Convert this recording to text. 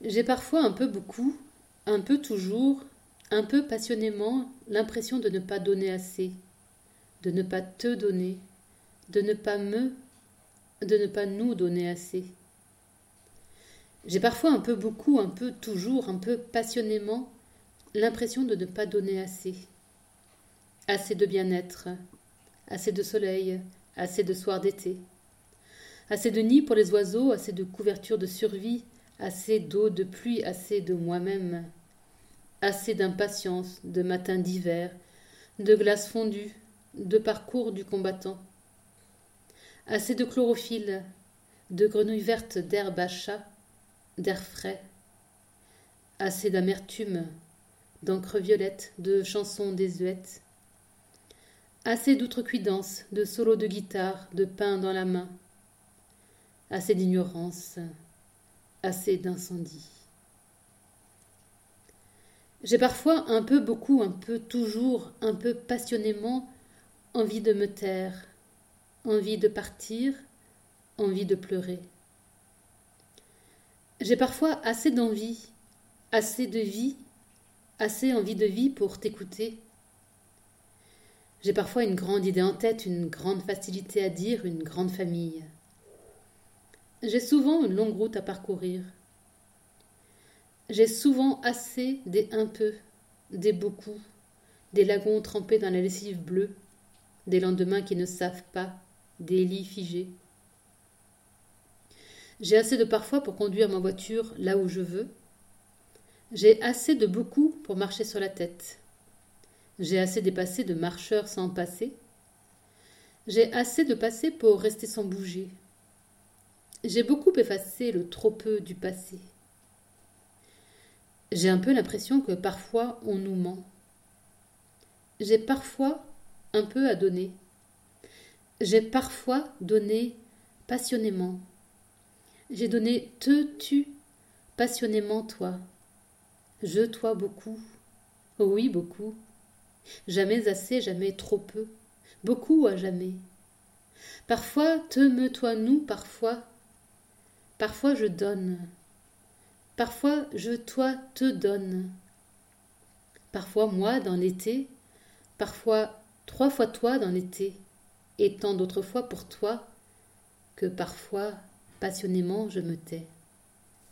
J'ai parfois un peu beaucoup, un peu toujours, un peu passionnément l'impression de ne pas donner assez, de ne pas te donner, de ne pas de ne pas nous donner assez. J'ai parfois un peu beaucoup, un peu toujours, un peu passionnément l'impression de ne pas donner assez. Assez de bien-être, assez de soleil, assez de soirs d'été. Assez de nids pour les oiseaux, assez de couvertures de survie, assez d'eau de pluie, assez de moi-même. Assez d'impatience, de matins d'hiver, de glace fondue, de parcours du combattant. Assez de chlorophylle, de grenouilles vertes, d'herbe à chat, d'air frais. Assez d'amertume, d'encre violette, de chansons désuètes. Assez d'outrecuidance, de solos de guitare, de pain dans la main. Assez d'ignorance, assez d'incendie. J'ai parfois un peu beaucoup, un peu toujours, un peu passionnément envie de me taire, envie de partir, envie de pleurer. J'ai parfois assez d'envie, assez de vie, assez envie de vie pour t'écouter. J'ai parfois une grande idée en tête, une grande facilité à dire, une grande famille. J'ai souvent une longue route à parcourir. J'ai souvent assez des un peu, des beaucoup, des lagons trempés dans la lessive bleue, des lendemains qui ne savent pas, des lits figés. J'ai assez de parfois pour conduire ma voiture là où je veux. J'ai assez de beaucoup pour marcher sur la tête. J'ai assez dépassé de marcheurs sans passer. J'ai assez de passé pour rester sans bouger. J'ai beaucoup effacé le trop peu du passé. J'ai un peu l'impression que parfois on nous ment. J'ai parfois un peu à donner. J'ai parfois donné passionnément. J'ai donné tu, passionnément toi. Je, toi, beaucoup. Oui, beaucoup. Jamais assez, jamais trop peu. Beaucoup à jamais. Parfois me, toi, nous, parfois. Parfois je donne. Parfois je, toi, te donne. Parfois moi dans l'été. Parfois 3 fois toi dans l'été. Et tant d'autres fois pour toi que parfois passionnément je me tais.